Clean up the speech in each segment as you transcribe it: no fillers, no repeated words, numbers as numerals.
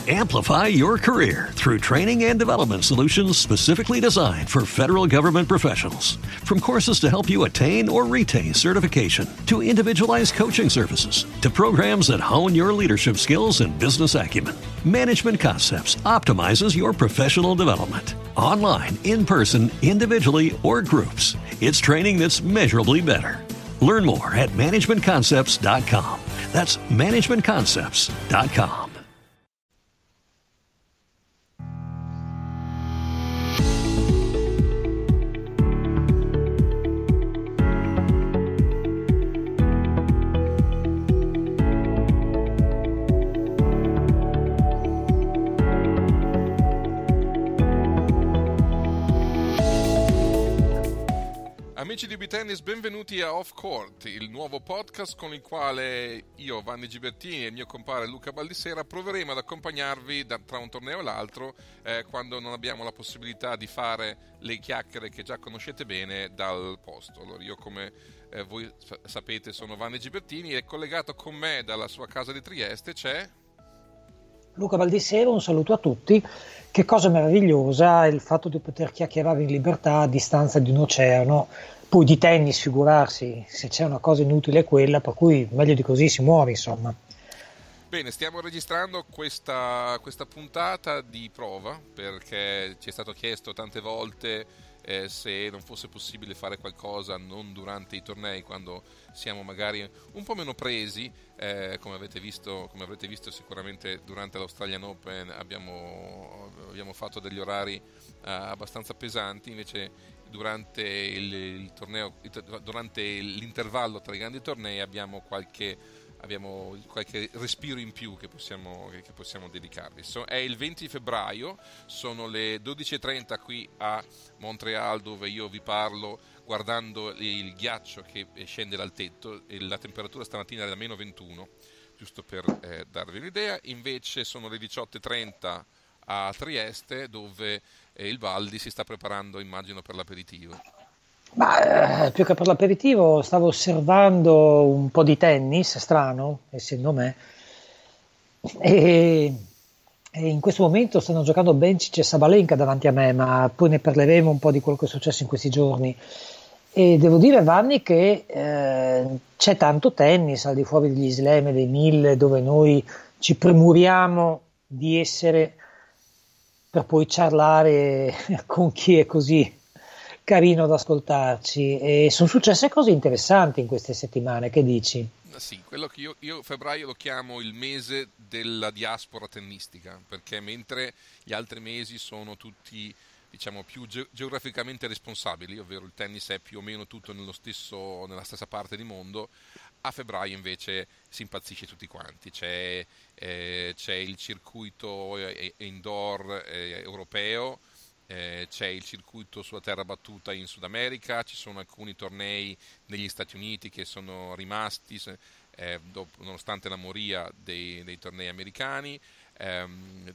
Amplify your career through training and development solutions specifically designed for federal government professionals. From courses to help you attain or retain certification, to individualized coaching services, to programs that hone your leadership skills and business acumen, Management Concepts optimizes your professional development. Online, in person, individually, or groups, it's training that's measurably better. Learn more at managementconcepts.com. That's managementconcepts.com. Amici di B-Tennis, benvenuti a Off Court, il nuovo podcast con il quale io, Vanni Gibertini e il mio compare Luca Baldissera proveremo ad accompagnarvi tra un torneo e l'altro quando non abbiamo la possibilità di fare le chiacchiere che già conoscete bene dal posto. Allora, io come voi sapete sono Vanni Gibertini e collegato con me dalla sua casa di Trieste c'è Luca Baldissera. Un saluto a tutti. Che cosa meravigliosa il fatto di poter chiacchierare in libertà a distanza di un oceano, poi di tennis figurarsi, se c'è una cosa inutile è quella, per cui meglio di così si muore, insomma. Bene, stiamo registrando questa puntata di prova perché ci è stato chiesto tante volte se non fosse possibile fare qualcosa non durante i tornei, quando siamo magari un po' meno presi, come avrete visto sicuramente durante l'Australian Open abbiamo fatto degli orari abbastanza pesanti. Invece durante il torneo, durante l'intervallo tra i grandi tornei abbiamo qualche respiro in più che possiamo dedicarvi. È il 20 febbraio, sono le 12:30 qui a Montreal, dove io vi parlo guardando il ghiaccio che scende dal tetto, e la temperatura stamattina era da meno 21, giusto per darvi un'idea. Invece sono le 18:30 a Trieste, dove il Baldi si sta preparando, immagino, per l'aperitivo. Ma più che per l'aperitivo stavo osservando un po' di tennis, strano, essendo me, e in questo momento stanno giocando Bencic e Sabalenka davanti a me, ma poi ne parleremo un po' di quello che è successo in questi giorni. E devo dire, Vanni, che c'è tanto tennis al di fuori degli slam e dei 1000, dove noi ci premuriamo di essere, per poi ciarlare con chi è così carino ad ascoltarci, e sono successe cose interessanti in queste settimane. Che dici? Sì, quello che io febbraio lo chiamo il mese della diaspora tennistica, perché mentre gli altri mesi sono tutti, diciamo, più geograficamente responsabili, ovvero il tennis è più o meno tutto nella stessa parte di mondo, a febbraio invece si impazzisce tutti quanti. C'è il circuito indoor europeo, c'è il circuito sulla terra battuta in Sud America, ci sono alcuni tornei negli Stati Uniti che sono rimasti nonostante la moria dei tornei americani. È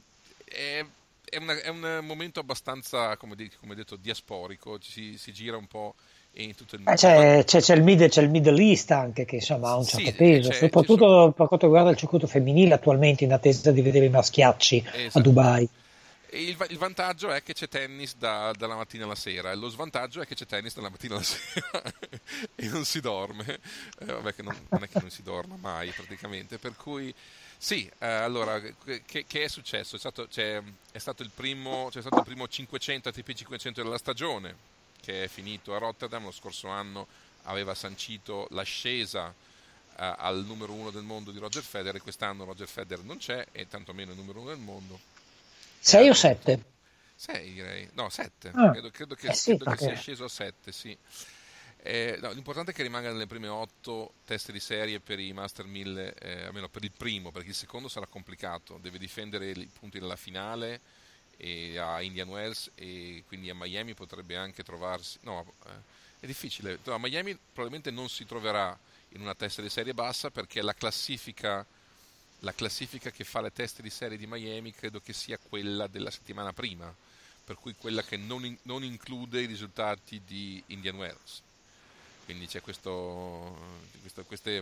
un momento abbastanza, come detto, diasporico. Si gira un po' in tutto il mondo. C'è il Middle East anche, che insomma ha un certo peso, soprattutto per quanto riguarda il circuito femminile, attualmente in attesa di vedere i maschiacci a Dubai. E il vantaggio è che c'è tennis dalla mattina alla sera, e lo svantaggio è che c'è tennis dalla mattina alla sera e non si dorme. Vabbè, che non è che non si dorma mai praticamente, per cui sì. Allora, che è successo? C'è stato il primo 500 ATP 500 della stagione, che è finito a Rotterdam. Lo scorso anno aveva sancito l'ascesa al numero 1 del mondo di Roger Federer. Quest'anno Roger Federer non c'è, e tantomeno il numero 1 del mondo. 6 o 7? 6 direi, no 7, credo che sia sceso a 7, sì. No, l'importante è che rimanga nelle prime 8 teste di serie per i Master 1000, almeno per il primo, perché il secondo sarà complicato, deve difendere i punti nella finale a Indian Wells, e quindi a Miami potrebbe anche trovarsi, è difficile. A Miami probabilmente non si troverà in una testa di serie bassa, perché la classifica che fa le teste di serie di Miami credo che sia quella della settimana prima, per cui quella che non include i risultati di Indian Wells. Quindi c'è queste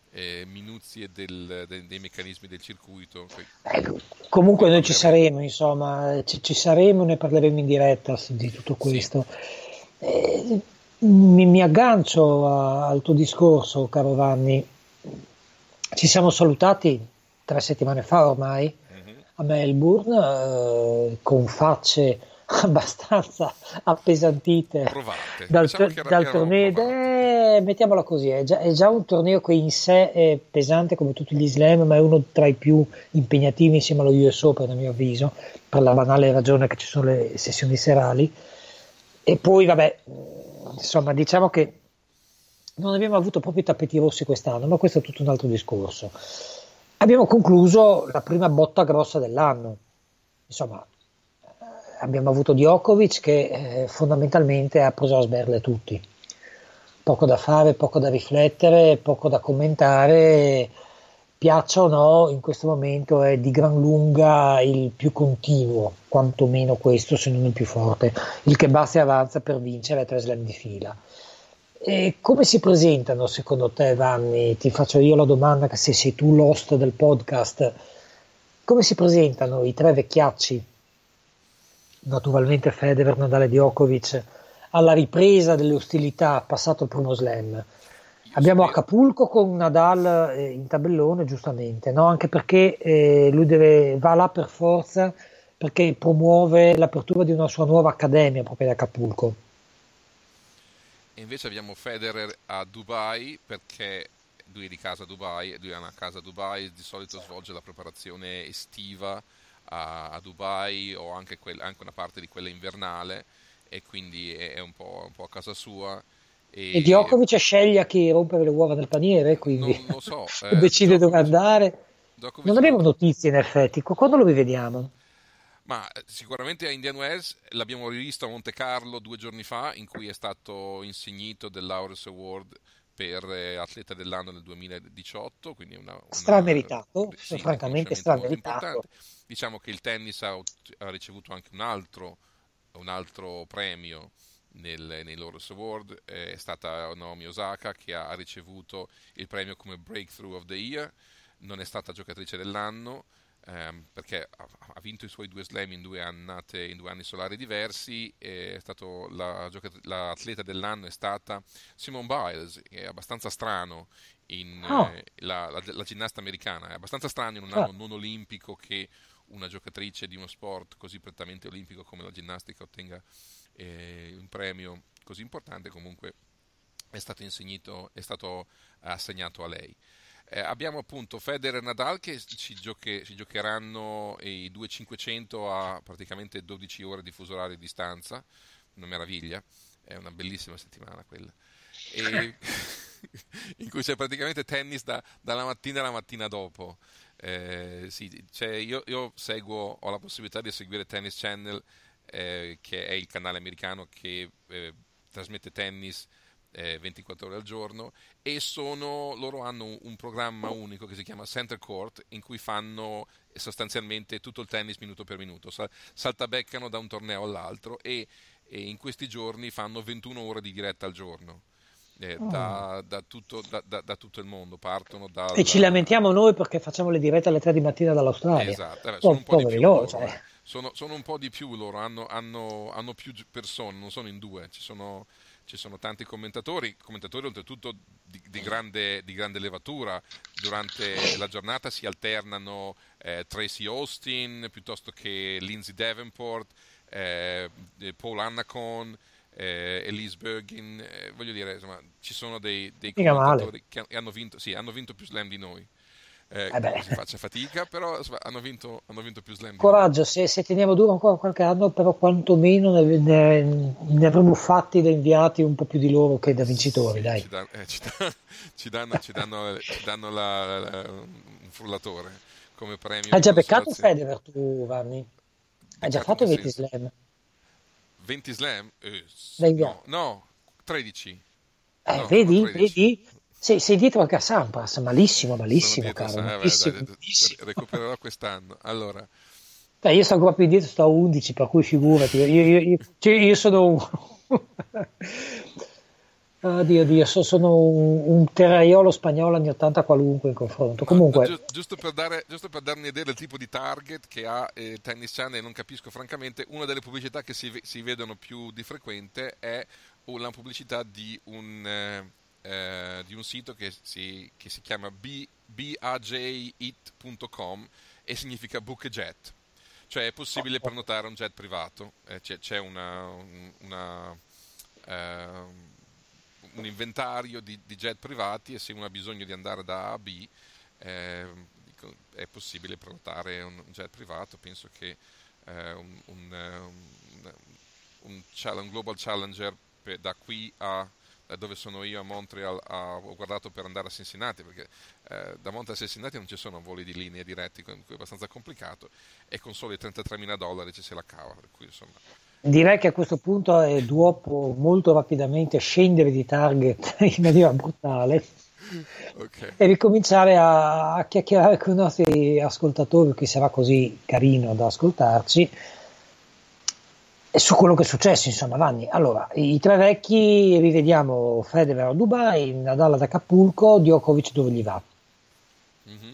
minuzie dei meccanismi del circuito. Comunque noi ci saremo, insomma, ci saremo, ne parleremo in diretta di tutto questo. Sì. Mi aggancio al tuo discorso, caro Vanni. Ci siamo salutati 3 settimane fa ormai a Melbourne, con facce abbastanza appesantite provate. dal torneo. Mettiamola così, è già un torneo che in sé è pesante come tutti gli slam, ma è uno tra i più impegnativi insieme allo US Open, a mio avviso, per la banale ragione che ci sono le sessioni serali. E poi vabbè, insomma, diciamo che non abbiamo avuto proprio i tappeti rossi quest'anno, ma questo è tutto un altro discorso. Abbiamo concluso la prima botta grossa dell'anno, insomma, abbiamo avuto Djokovic che fondamentalmente ha preso a sberle tutti, poco da fare, poco da riflettere, poco da commentare, piaccia o no, in questo momento è di gran lunga il più continuo, quantomeno questo, se non il più forte, il che basta e avanza per vincere 3 slam di fila. E come si presentano secondo te, Vanni? Ti faccio io la domanda, che se sei tu l'host del podcast, come si presentano i 3 vecchiacci, naturalmente Federer, Nadal e Djokovic, alla ripresa delle ostilità passato il primo slam? Abbiamo Acapulco con Nadal in tabellone, giustamente, no? Anche perché lui va là per forza, perché promuove l'apertura di una sua nuova accademia proprio ad Acapulco. E invece abbiamo Federer a Dubai, perché lui è di casa a Dubai, lui ha una casa a Dubai, di solito svolge la preparazione estiva a Dubai, o anche una parte di quella invernale, e quindi è un po' a casa sua. E Djokovic sceglie a chi rompere le uova nel paniere, quindi non lo so, decide dove andare. Djokovic Non abbiamo notizie, in effetti. Quando lo rivediamo? Ma sicuramente a Indian Wells l'abbiamo rivisto a Monte Carlo 2 giorni fa, in cui è stato insignito dell'Aureus Award per atleta dell'anno del 2018, quindi strameritato, sì, francamente strameritato. strameritato. Diciamo che il tennis ha ricevuto anche un altro premio nei Laureus Award. È stata Naomi Osaka che ha ricevuto il premio come Breakthrough of the Year. Non è stata giocatrice dell'anno, perché ha vinto i suoi 2 slam in 2 anni solari diversi. È stato l'atleta dell'anno è stata Simone Biles, che è abbastanza strano la ginnasta americana, è abbastanza strano in un anno non olimpico che una giocatrice di uno sport così prettamente olimpico come la ginnastica ottenga un premio così importante. Comunque è stato assegnato a lei. Abbiamo appunto Federer e Nadal che si giocheranno i 2.500 a praticamente 12 ore di fuso orario di distanza, una meraviglia, è una bellissima settimana quella, in cui c'è praticamente tennis dalla mattina alla mattina dopo. Io ho la possibilità di seguire Tennis Channel, che è il canale americano che trasmette tennis 24 ore al giorno, e loro hanno un programma unico che si chiama Center Court, in cui fanno sostanzialmente tutto il tennis minuto per minuto, saltabeccano da un torneo all'altro, e in questi giorni fanno 21 ore di diretta al giorno. Da tutto il mondo partono e ci lamentiamo noi perché facciamo le dirette alle 3 di mattina dall'Australia. Esatto, sono un po' di più loro, loro, sono un po' di più loro, hanno più persone, non sono in 2, ci sono tanti commentatori oltretutto di grande levatura. Durante la giornata si alternano Tracy Austin piuttosto che Lindsay Davenport, Paul Annacone, Elise Bergin, voglio dire, insomma, ci sono dei commentatori che hanno vinto più slam di noi. Si faccia fatica, però hanno vinto più slam. Coraggio, se teniamo duro ancora qualche anno, però quantomeno ne avremo fatti da inviati un po' più di loro che da vincitori. Dai. Ci danno un frullatore come premio. Hai già beccato Federer tu, Vanni? Hai già fatto 20 slam? 20 slam? No, 13. Vedi? Sei dietro al Casampras, malissimo, caro. Malissimo. Recupererò quest'anno. Allora, io sto ancora più indietro, sto a 11, per cui figurati. Io sono Dio, sono un terraiolo spagnolo anni 80 qualunque in confronto. Comunque, Giusto per dare un'idea del tipo di target che ha Tennis Channel, non capisco francamente, una delle pubblicità che si vedono più di frequente è la pubblicità di un sito che si chiama bajit.com e significa book a jet, cioè è possibile prenotare un jet privato. C'è ehm, un inventario di jet privati e se uno ha bisogno di andare da A a B è possibile prenotare un jet privato. Penso che un Global Challenger da qui da dove sono io a Montreal ho guardato per andare a Cincinnati, perché da Montreal a Cincinnati non ci sono voli di linea diretti, è abbastanza complicato, e con soli $33.000 ci se la cava, per cui insomma. direi che a questo punto è duopo molto rapidamente scendere di target in maniera brutale Ok. e ricominciare a chiacchierare con i nostri ascoltatori, che sarà così carino da ascoltarci, e su quello che è successo, insomma, Vanni. Allora, i tre vecchi, rivediamo Federer a Dubai, Nadal ad Acapulco, Djokovic dove gli va. Mhm.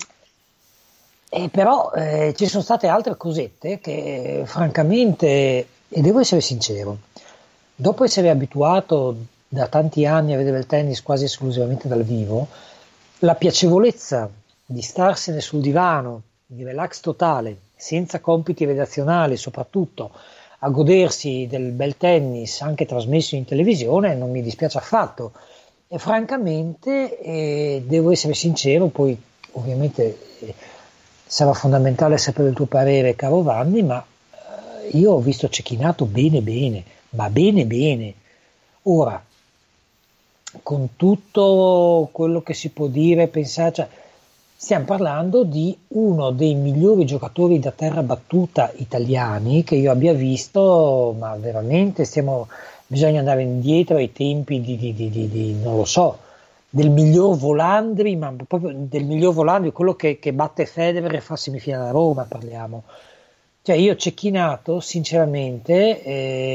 E però ci sono state altre cosette che francamente, e devo essere sincero, dopo essere abituato da tanti anni a vedere il tennis quasi esclusivamente dal vivo, la piacevolezza di starsene sul divano, di relax totale, senza compiti redazionali, soprattutto a godersi del bel tennis anche trasmesso in televisione, non mi dispiace affatto. E francamente, devo essere sincero, poi ovviamente sarà fondamentale sapere il tuo parere, caro Vanni, ma io ho visto Cecchinato bene bene, ma bene bene. Ora, con tutto quello che si può dire, pensare, cioè, stiamo parlando di uno dei migliori giocatori da terra battuta italiani che io abbia visto, ma veramente bisogna andare indietro ai tempi non lo so, del miglior Volandri, ma proprio del miglior Volandri, quello che batte Federer e fa semifinale a Roma, parliamo. Cioè io Cecchinato, sinceramente,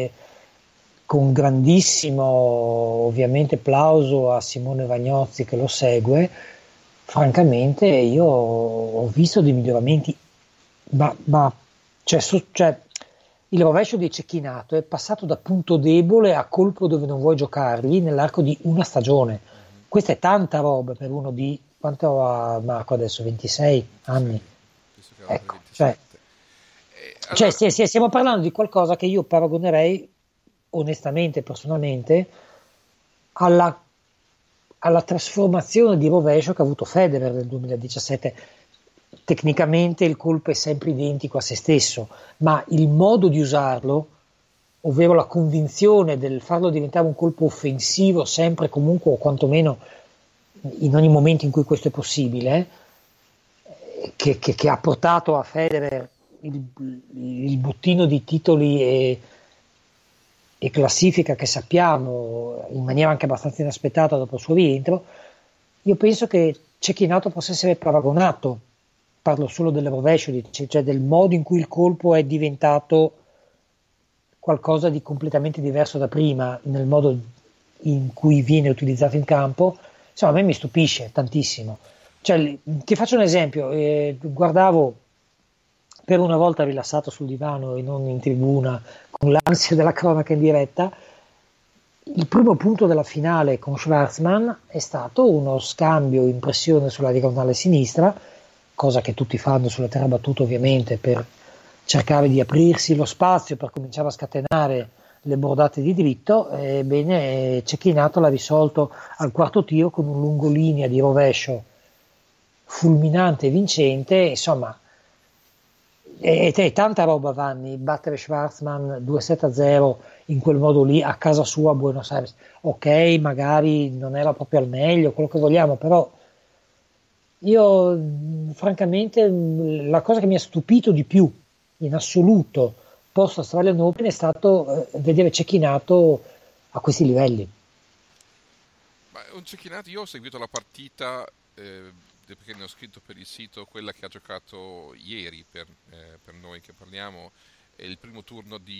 con grandissimo ovviamente plauso a Simone Vagnozzi che lo segue, francamente io ho visto dei miglioramenti, ma cioè, il rovescio di Cecchinato è passato da punto debole a colpo dove non vuoi giocargli nell'arco di una stagione. Mhm. Questa è tanta roba per uno di quanto ha Marco adesso? 26 anni. 26, penso che abbia Ecco, cioè, 27. Allora, stiamo parlando di qualcosa che io paragonerei onestamente, personalmente, alla, alla trasformazione di rovescio che ha avuto Federer nel 2017. Tecnicamente il colpo è sempre identico a se stesso, ma il modo di usarlo, ovvero la convinzione del farlo diventare un colpo offensivo sempre, comunque, o quantomeno in ogni momento in cui questo è possibile, che ha portato a Federer il bottino di titoli e classifica che sappiamo in maniera anche abbastanza inaspettata dopo il suo rientro. Io penso che Cecchinato possa essere paragonato, parlo solo del rovescio, cioè del modo in cui il colpo è diventato qualcosa di completamente diverso da prima, nel modo in cui viene utilizzato in campo. Insomma, a me mi stupisce tantissimo. Cioè, ti faccio un esempio, guardavo per una volta rilassato sul divano e non in tribuna con l'ansia della cronaca in diretta. Il primo punto della finale con Schwartzman è stato uno scambio in pressione sulla diagonale sinistra, cosa che tutti fanno sulla terra battuta ovviamente per cercare di aprirsi lo spazio per cominciare a scatenare le bordate di dritto. Ebbene, Cecchinato l'ha risolto al quarto tiro con un lungolinea di rovescio fulminante e vincente. Insomma, è tanta roba, Vanni, battere Schwartzman 2-7-0 in quel modo lì a casa sua a Buenos Aires. Ok, magari non era proprio al meglio, quello che vogliamo, però io francamente la cosa che mi ha stupito di più in assoluto post Australian Open è stato vedere Cecchinato a questi livelli. ma un Cecchinato, io ho seguito la partita perché ne ho scritto per il sito, quella che ha giocato ieri per noi che parliamo, è il primo turno di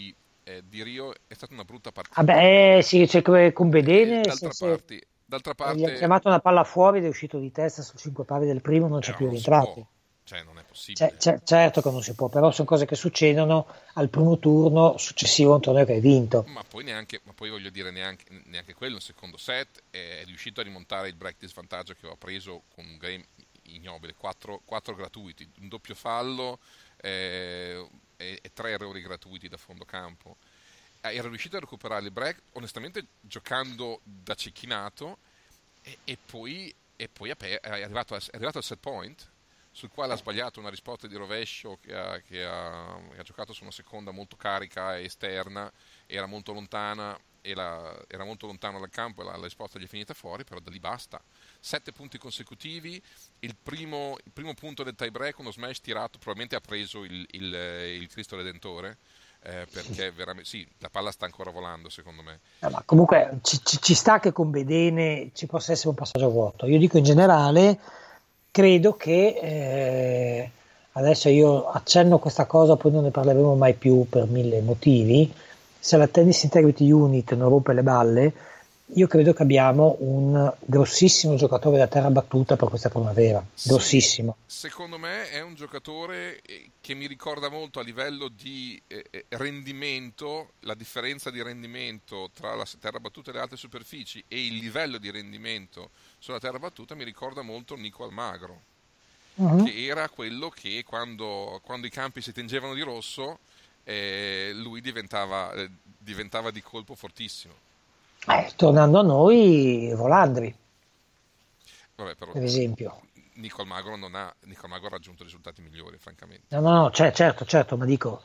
di Rio è stata una brutta partita. Vabbè, sì, c'è con Bedene. D'altra Gli ha parte chiamato una palla fuori ed è uscito di testa su 5 palle del primo, non c'è più non si rientrato. può, cioè non è possibile. Certo che non si può, però sono cose che succedono al primo turno successivo a un torneo che hai vinto. Ma poi voglio dire, neanche quello, un secondo set è riuscito a rimontare il break di svantaggio che aveva preso con un game ignobile, 4 gratuiti, un doppio fallo e 3 errori gratuiti da fondo campo. Era riuscito a recuperare il break, onestamente giocando da cecchinato, e poi è arrivato al set point, sul quale ha sbagliato una risposta di rovescio che ha giocato su una seconda molto carica e esterna, era molto lontana, era molto lontano dal campo e la risposta gli è finita fuori, però da lì basta. 7 punti consecutivi, il primo punto del tie break, uno smash tirato, probabilmente ha preso il Cristo Redentore, perché veramente sì, la palla sta ancora volando secondo me. Ma comunque ci sta che con Bedene ci possa essere un passaggio vuoto. Io dico in generale, credo che adesso io accenno questa cosa, poi non ne parleremo mai più per 1000 motivi. Se la Tennis Integrity Unit non rompe le balle, io credo che abbiamo un grossissimo giocatore da terra battuta per questa primavera, grossissimo. Secondo me è un giocatore che mi ricorda molto a livello di rendimento, la differenza di rendimento tra la terra battuta e le altre superfici e il livello di rendimento sulla terra battuta mi ricorda molto Nico Almagro, che era quello che quando i campi si tingevano di rosso lui diventava di colpo fortissimo. Tornando a noi, Volandri, Vabbè, però, per esempio. Nico Almagro ha raggiunto risultati migliori, francamente. No, certo, ma dico,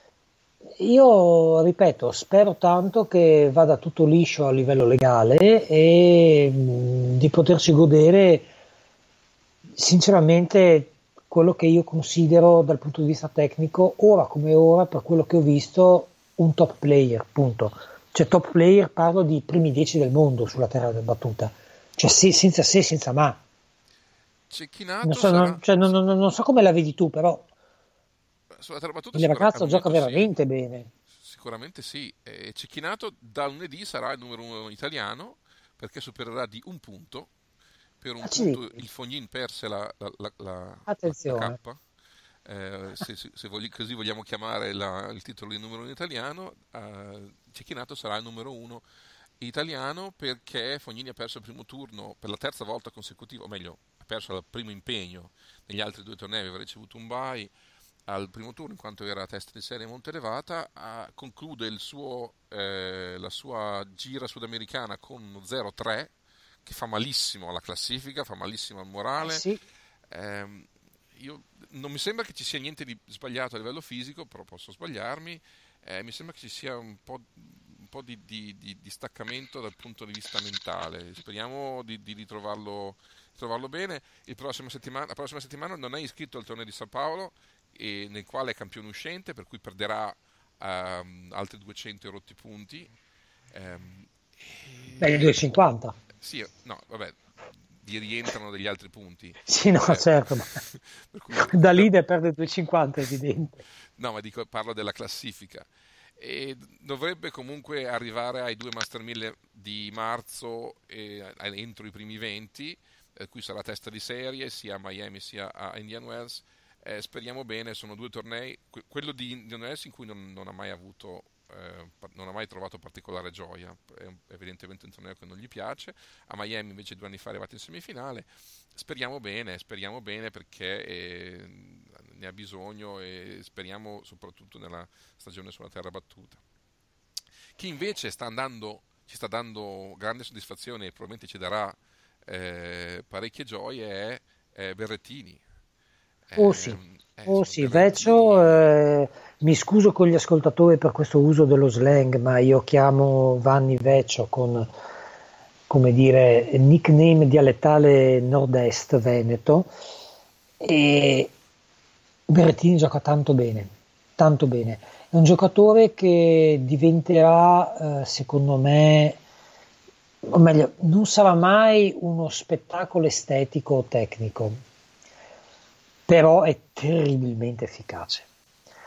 io ripeto, spero tanto che vada tutto liscio a livello legale e di potersi godere sinceramente quello che io considero dal punto di vista tecnico, ora come ora, per quello che ho visto, un top player, punto. Cioè top player, parlo di primi 10 del mondo sulla terra battuta, cioè senza se, senza ma. Cecchinato Non so come la vedi tu, però sulla terra battuta il ragazzo gioca veramente bene. Sicuramente sì. Cecchinato da lunedì sarà il numero 1 italiano, perché supererà di un punto. Per un punto il Fognin perse la Attenzione. K. Così vogliamo chiamare il titolo di numero 1 italiano, Cecchinato sarà il numero 1 italiano, perché Fognini ha perso il primo turno per la terza volta consecutiva, o meglio, ha perso il primo impegno. Negli altri 2 tornei aveva ricevuto un bye al primo turno in quanto era a testa di serie molto elevata. Conclude la sua gira sudamericana con uno 0-3 che fa malissimo alla classifica, fa malissimo al morale. Sì. Io non mi sembra che ci sia niente di sbagliato a livello fisico, però posso sbagliarmi. Mi sembra che ci sia un po' di staccamento dal punto di vista mentale. Speriamo di ritrovarlo bene. La prossima settimana non è iscritto al torneo di San Paolo, nel quale è campione uscente, per cui perderà altri 200 rotti punti. Beh, 250. Sì, no, vabbè, gli rientrano degli altri punti. Sì, no, certo, ma per cui, da leader perde 250, è evidente. No, ma parlo della classifica. E dovrebbe comunque arrivare ai 2 Master 1000 di marzo entro i primi 20, cui sarà testa di serie sia a Miami sia a Indian Wells. Speriamo bene, sono 2 tornei, quello di Indian Wells in cui non ha mai avuto non ha mai trovato particolare gioia, è evidentemente un torneo che non gli piace. A Miami invece 2 anni fa è arrivato in semifinale. Speriamo bene perché ne ha bisogno, e speriamo soprattutto nella stagione sulla terra battuta. Chi invece ci sta dando grande soddisfazione e probabilmente ci darà parecchie gioie è Berrettini. Sì, Vecchio, mi scuso con gli ascoltatori per questo uso dello slang, ma io chiamo Vanni Vecchio con, come dire, nickname dialettale nord-est veneto, e Berrettini gioca tanto bene, è un giocatore che diventerà, secondo me, o meglio, non sarà mai uno spettacolo estetico o tecnico, però è terribilmente efficace.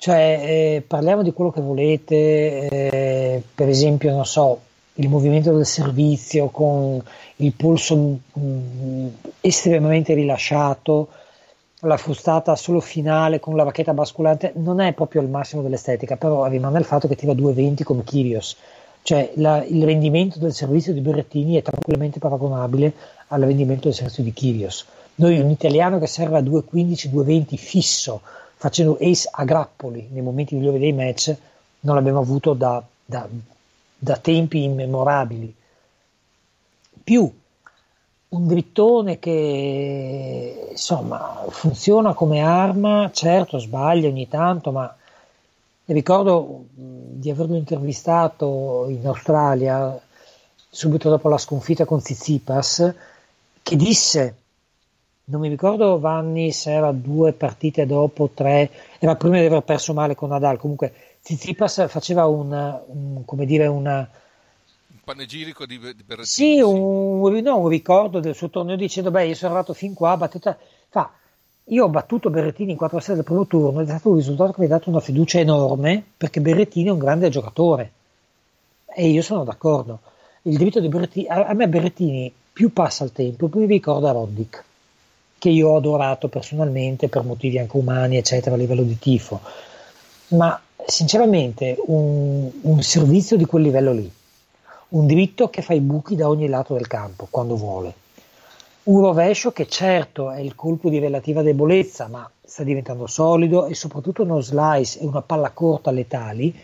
Cioè, parliamo di quello che volete, per esempio, non so, il movimento del servizio con il polso estremamente rilasciato, la frustata solo finale con la bacchetta basculante, non è proprio il massimo dell'estetica, però rimane il fatto che tira 2,20 come Kyrgios. Cioè, il rendimento del servizio di Berrettini è tranquillamente paragonabile al rendimento del servizio di Kyrgios. Noi un italiano che serve a 2,15, 2,20 fisso, facendo ace a grappoli nei momenti migliori dei match, non l'abbiamo avuto da tempi immemorabili. Più un drittone che insomma funziona come arma, certo sbaglia ogni tanto, ma ricordo di averlo intervistato in Australia subito dopo la sconfitta con Tsitsipas, che disse, non mi ricordo Vanni se era 2 partite dopo, 3, era prima di aver perso male con Nadal, comunque Tsitsipas faceva come dire un panegirico di Berrettini. Sì, un ricordo del suo torneo dicendo, beh, io sono arrivato fin qua, io ho battuto Berrettini in 4 set del primo turno ed è stato un risultato che mi ha dato una fiducia enorme, perché Berrettini è un grande giocatore e io sono d'accordo. Il diritto di Berrettini, a me Berrettini più passa il tempo, più mi ricorda Roddick, che io ho adorato personalmente per motivi anche umani, eccetera, a livello di tifo, ma sinceramente un servizio di quel livello lì, un diritto che fa i buchi da ogni lato del campo quando vuole, un rovescio che certo è il colpo di relativa debolezza, ma sta diventando solido, e soprattutto uno slice e una palla corta letali.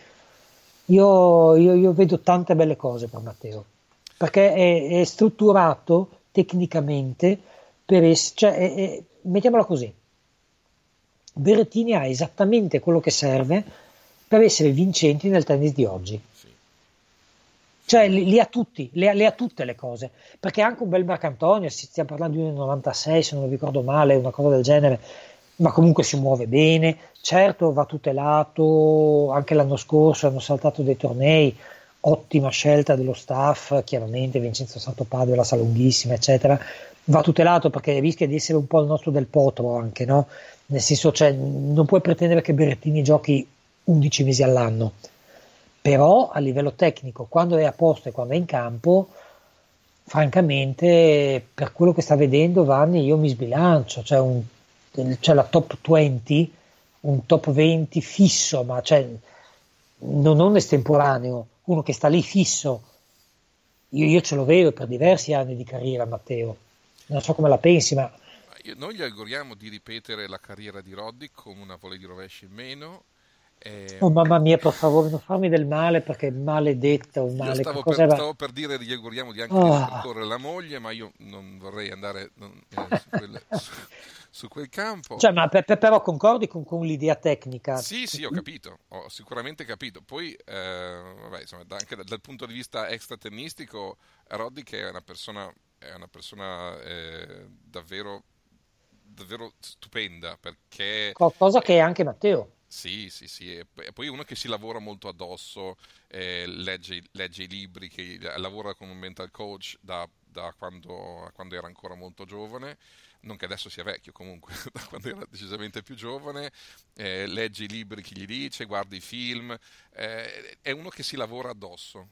Io vedo tante belle cose per Matteo, perché è strutturato tecnicamente mettiamola così, Berrettini ha esattamente quello che serve per essere vincenti nel tennis di oggi. Cioè li ha tutti, le ha tutte le cose, perché anche un bel Marcantonio, stiamo parlando di 1,96 se non mi ricordo male, una cosa del genere, ma comunque si muove bene, certo va tutelato, anche l'anno scorso hanno saltato dei tornei, ottima scelta dello staff, chiaramente Vincenzo Santopadre, la sa lunghissima, eccetera, va tutelato perché rischia di essere un po' il nostro Del Potro anche, no? Nel senso, cioè, non puoi pretendere che Berrettini giochi 11 mesi all'anno, però a livello tecnico, quando è a posto e quando è in campo, francamente, per quello che sta vedendo Vanni, io mi sbilancio, cioè la top 20, un top 20 fisso, ma cioè, non estemporaneo, uno che sta lì fisso. Io ce lo vedo per diversi anni di carriera, Matteo, non so come la pensi, ma noi gli auguriamo di ripetere la carriera di Roddick con una volée di rovescio in meno. Oh mamma mia, per favore, non farmi del male, perché maledetta un male. Stavo per dire gli auguriamo di anche ripercorrere la moglie, ma io non vorrei andare su quel campo. Cioè, ma però concordi con l'idea tecnica? Sì, ho capito, ho sicuramente capito. Poi, vabbè, insomma, anche dal punto di vista extratennistico, Roddick è una persona davvero, davvero stupenda, perché cosa che è anche Matteo. Sì, e poi uno che si lavora molto addosso, legge i libri, che lavora con un mental coach da quando era ancora molto giovane, non che adesso sia vecchio comunque, da quando era decisamente più giovane, legge i libri che gli dice, guarda i film, è uno che si lavora addosso,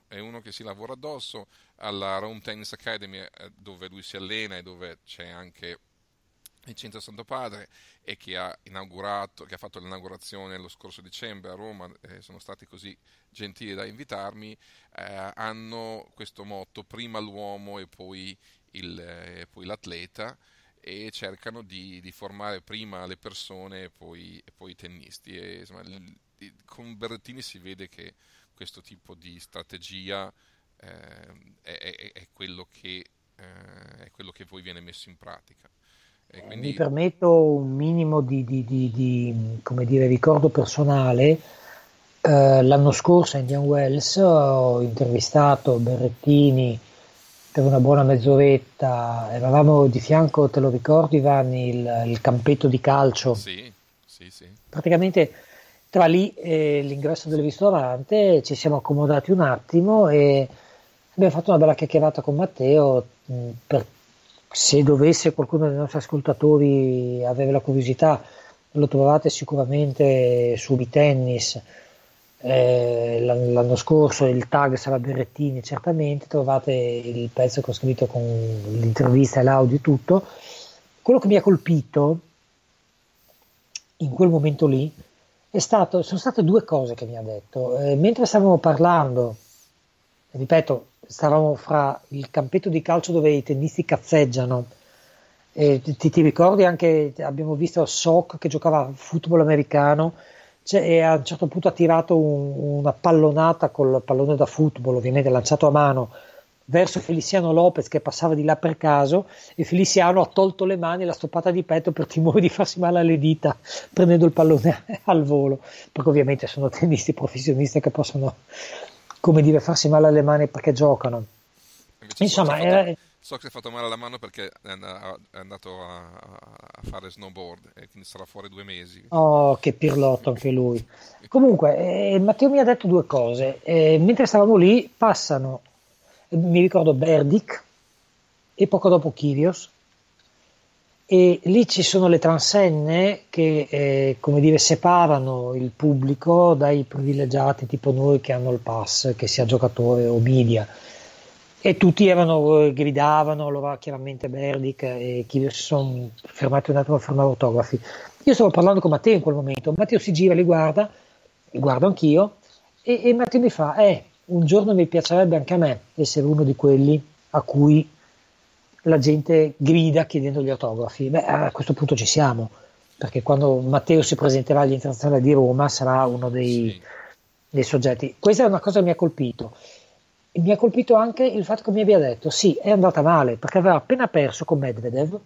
alla Rome Tennis Academy, dove lui si allena e dove c'è anche Vincenzo Santopadre, e che ha fatto l'inaugurazione lo scorso dicembre a Roma, sono stati così gentili da invitarmi, hanno questo motto: prima l'uomo e poi l'atleta, e cercano di formare prima le persone e poi i tennisti. E, insomma, con Berrettini si vede che questo tipo di strategia è quello che poi viene messo in pratica. Quindi... Mi permetto un minimo di come dire, ricordo personale. L'anno scorso a Indian Wells ho intervistato Berrettini per una buona mezz'oretta, eravamo di fianco, te lo ricordi Vanni, il campetto di calcio? Sì. Praticamente tra lì e l'ingresso del ristorante ci siamo accomodati un attimo e abbiamo fatto una bella chiacchierata con Matteo, per se dovesse qualcuno dei nostri ascoltatori avere la curiosità lo trovate sicuramente su Tennis. L'anno scorso il tag sarà Berrettini, certamente trovate il pezzo che ho scritto con l'intervista e l'audio e tutto. Quello che mi ha colpito in quel momento lì sono state due cose che mi ha detto. Mentre stavamo parlando, ripeto, stavamo fra il campetto di calcio dove i tennisti cazzeggiano, ti ricordi anche, abbiamo visto Sock che giocava a football americano, e a un certo punto ha tirato una pallonata col pallone da football, ovviamente lanciato a mano, verso Feliciano Lopez che passava di là per caso, e Feliciano ha tolto le mani e l'ha stoppata di petto per timore di farsi male alle dita prendendo il pallone al volo, perché ovviamente sono tennisti professionisti che possono, come dire, farsi male alle mani perché giocano. Insomma, so che si è fatto male alla mano perché è andato a fare snowboard e quindi sarà fuori 2 mesi. Oh, che pirlotto anche lui. Comunque, Matteo mi ha detto due cose. Mentre stavamo lì, passano, mi ricordo, Berdic e poco dopo Kyrgios, e lì ci sono le transenne che, come dire, separano il pubblico dai privilegiati tipo noi che hanno il pass, che sia giocatore o media. E tutti gridavano, allora chiaramente Berdic e Kyrgios si sono fermati un attimo a firmare autografi. Io stavo parlando con Matteo in quel momento, Matteo si gira, li guardo anch'io, e Matteo mi fa, un giorno mi piacerebbe anche a me essere uno di quelli a cui la gente grida chiedendo gli autografi. Beh, a questo punto ci siamo, perché quando Matteo si presenterà agli internazionali di Roma sarà uno dei soggetti. Questa è una cosa che mi ha colpito. E mi ha colpito anche il fatto che mi abbia detto sì, è andata male, perché aveva appena perso con Medvedev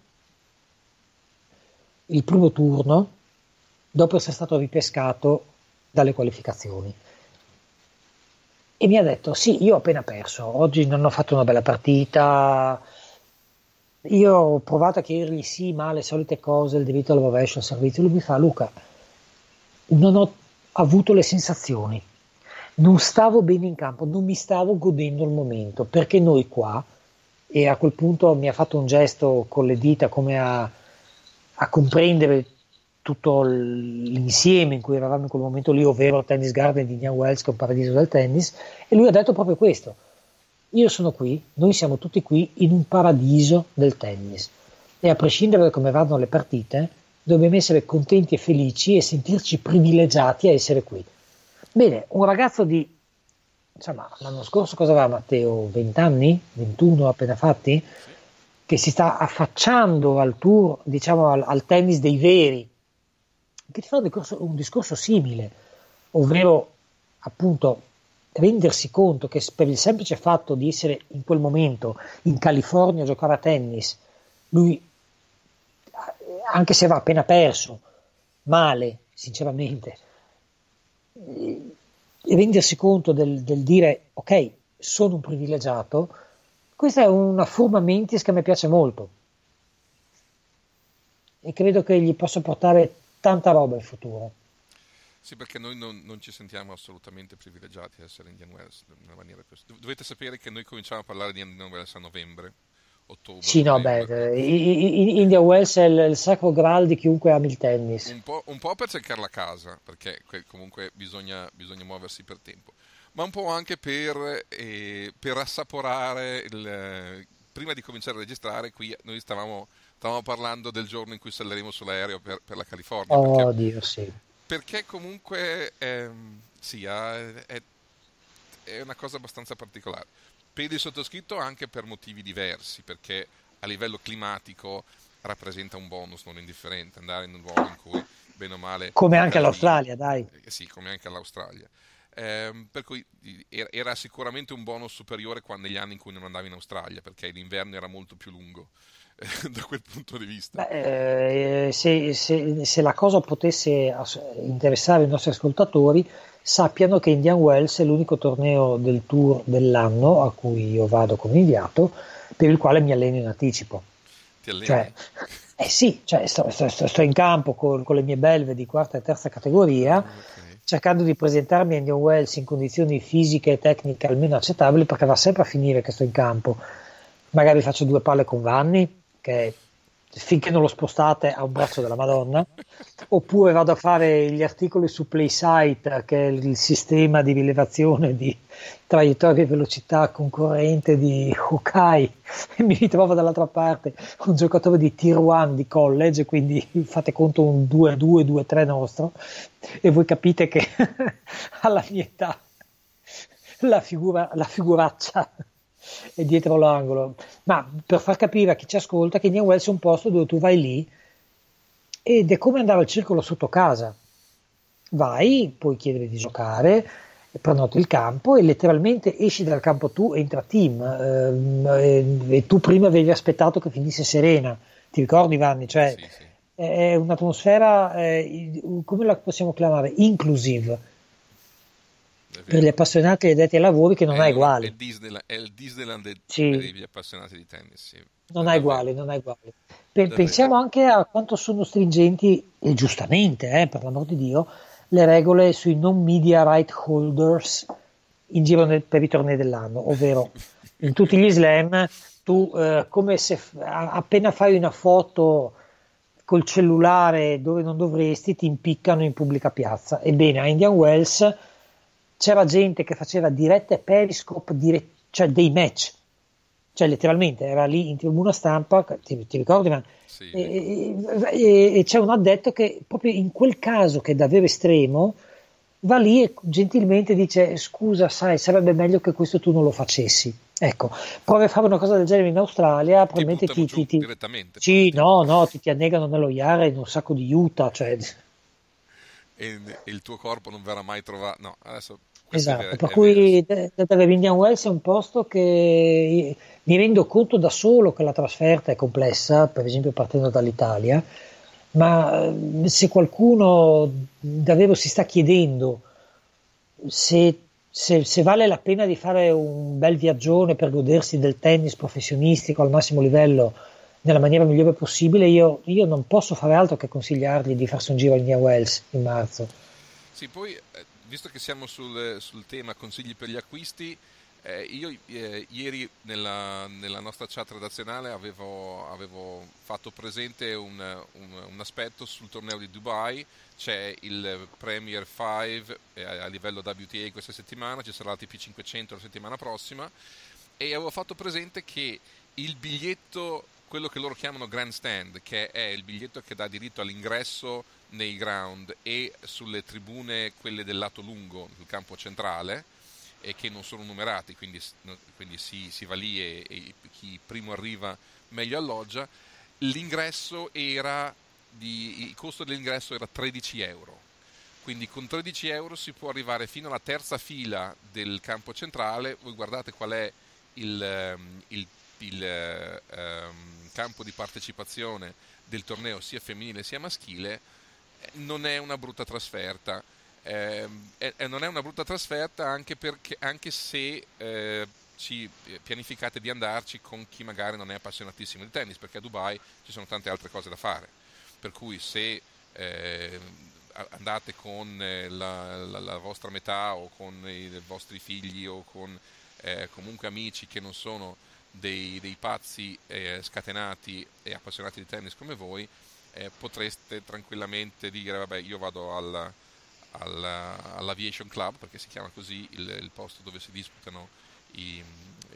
il primo turno dopo essere stato ripescato dalle qualificazioni, e mi ha detto sì, io ho appena perso, oggi non ho fatto una bella partita, io ho provato a chiedergli sì, ma le solite cose, il diritto alla rovescio, il servizio. Lui mi fa: Luca, non ho avuto le sensazioni, non stavo bene in campo, non mi stavo godendo il momento, perché noi qua, e a quel punto mi ha fatto un gesto con le dita come a comprendere tutto l'insieme in cui eravamo in quel momento lì, ovvero il Tennis Garden di Indian Wells, che è un paradiso del tennis, e lui ha detto proprio questo: io sono qui, noi siamo tutti qui in un paradiso del tennis, e a prescindere da come vanno le partite dobbiamo essere contenti e felici e sentirci privilegiati a essere qui. Bene, un ragazzo di, insomma, l'anno scorso cosa aveva Matteo? 20 anni? 21 appena fatti? Che si sta affacciando al tour, diciamo al tennis dei veri, che ti fa un discorso simile, ovvero appunto rendersi conto che per il semplice fatto di essere in quel momento in California a giocare a tennis, lui, anche se aveva appena perso, male, sinceramente, rendersi conto del dire ok, sono un privilegiato, questa è una forma mentis che a me piace molto e credo che gli possa portare tanta roba in futuro. Sì, perché noi non ci sentiamo assolutamente privilegiati ad essere Indian Wells in una maniera più... Dovete sapere che noi cominciamo a parlare di Indian Wells a novembre, ottobre. Sì, no, beh, Indian Wells è il sacro graal di chiunque ami il tennis. Un po' per cercare la casa, perché comunque bisogna muoversi per tempo, ma un po' anche per assaporare prima di cominciare a registrare. Qui noi stavamo parlando del giorno in cui saleremo sull'aereo per la California. Oh Dio, sì. Perché comunque sì, è una cosa abbastanza particolare. Per il sottoscritto anche per motivi diversi, perché a livello climatico rappresenta un bonus non indifferente andare in un luogo in cui bene o male... Come anche all'Australia, dai. Sì, come anche all'Australia. Per cui era sicuramente un bonus superiore negli anni in cui non andavi in Australia, perché l'inverno era molto più lungo da quel punto di vista. Se la cosa potesse interessare i nostri ascoltatori, sappiano che Indian Wells è l'unico torneo del tour dell'anno a cui io vado come inviato, per il quale mi alleno in anticipo. Ti alleni? Sì, sto in campo con le mie belve di quarta e terza categoria, okay, cercando di presentarmi a Indian Wells in condizioni fisiche e tecniche almeno accettabili, perché va sempre a finire che sto in campo. Magari faccio 2 palle con Vanni, che finché non lo spostate a un braccio della Madonna, oppure vado a fare gli articoli su PlaySight, che è il sistema di rilevazione di traiettoria e velocità concorrente di Hawkeye, e mi ritrovo dall'altra parte un giocatore di Tier 1 di college, quindi fate conto un 2-2, 2-3 nostro, e voi capite che alla mia età la figuraccia è dietro l'angolo. Ma per far capire a chi ci ascolta che Indian Wells è un posto dove tu vai lì ed è come andare al circolo sotto casa. Vai, puoi chiedere di giocare, prenoti il campo e letteralmente esci dal campo tu, entra team, e tu prima avevi aspettato che finisse Serena, ti ricordi, Vanni? Cioè, Sì, sì. è un'atmosfera, come la possiamo chiamare? Inclusive, per gli appassionati e addetti ai lavori, che non ha uguali. È il Disneyland Sì, per gli appassionati di tennis, sì. non ha Davvero, uguali, non ha uguali. davvero. Pensiamo anche a quanto sono stringenti, e giustamente, per l'amor di Dio, le regole sui non media right holders in giro per i tornei dell'anno, ovvero in tutti gli slam tu, come se appena fai una foto col cellulare dove non dovresti, ti impiccano in pubblica piazza. Ebbene, a Indian Wells c'era gente che faceva dirette Periscope, cioè dei match, cioè letteralmente era lì in tribuna stampa, ti ricordi? Sì. E c'è un addetto che proprio in quel caso, che è davvero estremo, va lì e gentilmente dice: scusa, sai, sarebbe meglio che questo tu non lo facessi. Ecco, provi a fare una cosa del genere in Australia, probabilmente buttano giù direttamente. sì, no, ti annegano nello Yara in un sacco di Utah, cioè. E il tuo corpo non verrà mai trovato. No, adesso questo Esatto, è per vero. cui Indian Wells è un posto che mi rendo conto da solo che la trasferta è complessa, per esempio partendo dall'Italia, ma se qualcuno davvero si sta chiedendo se vale la pena di fare un bel viaggione per godersi del tennis professionistico al massimo livello nella maniera migliore possibile, io non posso fare altro che consigliargli di farsi un giro a Indian Wells in marzo. Sì, poi, visto che siamo sul tema consigli per gli acquisti, io ieri nella nostra chat redazionale avevo fatto presente un aspetto sul torneo di Dubai. C'è il Premier 5 a livello WTA questa settimana, ci sarà l'ATP 500 la settimana prossima, e avevo fatto presente che il biglietto, quello che loro chiamano grandstand, che è il biglietto che dà diritto all'ingresso nei ground e sulle tribune, quelle del lato lungo, sul campo centrale, e che non sono numerati, quindi si va lì e chi primo arriva meglio alloggia. Il costo dell'ingresso era 13 euro, quindi con 13 euro si può arrivare fino alla terza fila del campo centrale. Voi guardate qual è il campo di partecipazione del torneo sia femminile sia maschile. Non è una brutta trasferta. Non è una brutta trasferta anche se ci pianificate di andarci con chi magari non è appassionatissimo di tennis, perché a Dubai ci sono tante altre cose da fare, per cui se andate con la vostra metà o con i vostri figli o con comunque amici che non sono dei pazzi scatenati e appassionati di tennis come voi, potreste tranquillamente dire: vabbè, io vado all'Aviation Club, perché si chiama così il posto dove si disputano i